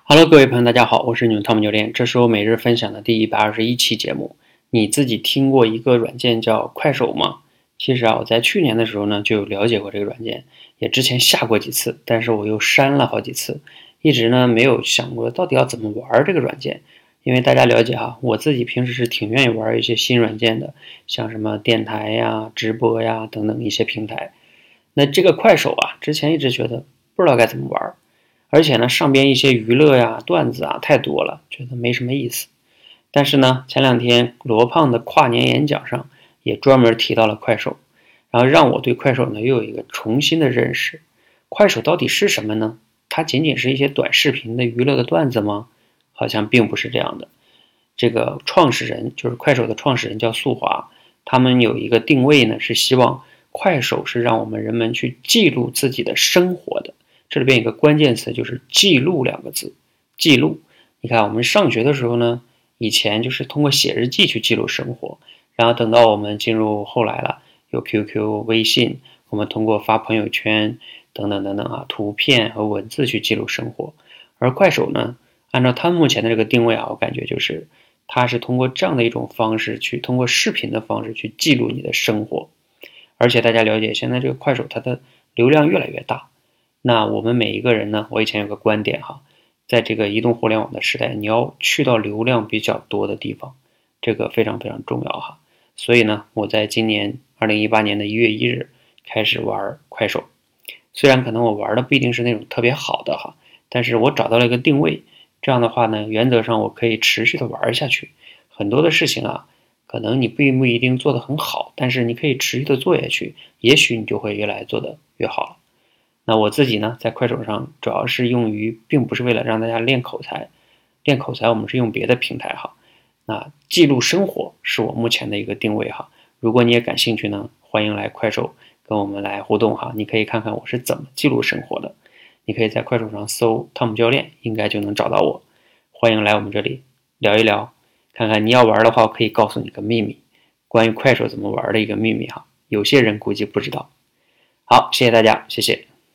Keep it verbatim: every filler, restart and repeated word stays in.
Hello，各位朋友，大家好，我是你们汤姆教练，这是我每日分享的第一百二十一期节目。你自己听过一个软件叫快手吗？其实啊，我在去年的时候呢，就有了解过这个软件，也之前下过几次，但是我又删了好几次，一直呢没有想过到底要怎么玩这个软件。因为大家了解哈，我自己平时是挺愿意玩一些新软件的，像什么电台呀、直播呀等等一些平台。那这个快手啊，之前一直觉得不知道该怎么玩。而且呢，上边一些娱乐呀、段子啊太多了，觉得没什么意思。但是呢，前两天罗胖的跨年演讲上也专门提到了快手，然后让我对快手呢又有一个重新的认识。快手到底是什么呢？它仅仅是一些短视频的娱乐的段子吗？好像并不是这样的。这个创始人就是快手的创始人叫速滑，他们有一个定位呢，是希望快手是让我们人们去记录自己的生活的。这里边有一个关键词就是记录两个字，记录。你看我们上学的时候呢，以前就是通过写日记去记录生活，然后等到我们进入后来了，有 Q Q、微信，我们通过发朋友圈等等等等啊，图片和文字去记录生活。而快手呢，按照他们目前的这个定位啊，我感觉就是它是通过这样的一种方式去通过视频的方式去记录你的生活。而且大家了解，现在这个快手它的流量越来越大。那我们每一个人呢，我以前有个观点哈，在这个移动互联网的时代，你要去到流量比较多的地方，这个非常非常重要哈。所以呢，我在今年二零一八年的一月一日开始玩快手，虽然可能我玩的不一定是那种特别好的哈，但是我找到了一个定位，这样的话呢，原则上我可以持续的玩下去。很多的事情啊，可能你并不一定做得很好，但是你可以持续的做下去，也许你就会越来做得越好了。那我自己呢，在快手上主要是用于，并不是为了让大家练口才，练口才我们是用别的平台哈。那记录生活是我目前的一个定位哈。如果你也感兴趣呢，欢迎来快手跟我们来互动哈。你可以看看我是怎么记录生活的，你可以在快手上搜汤姆教练，应该就能找到我。欢迎来我们这里聊一聊，看看你要玩的话，我可以告诉你个秘密，关于快手怎么玩的一个秘密哈。有些人估计不知道。好，谢谢大家，谢谢。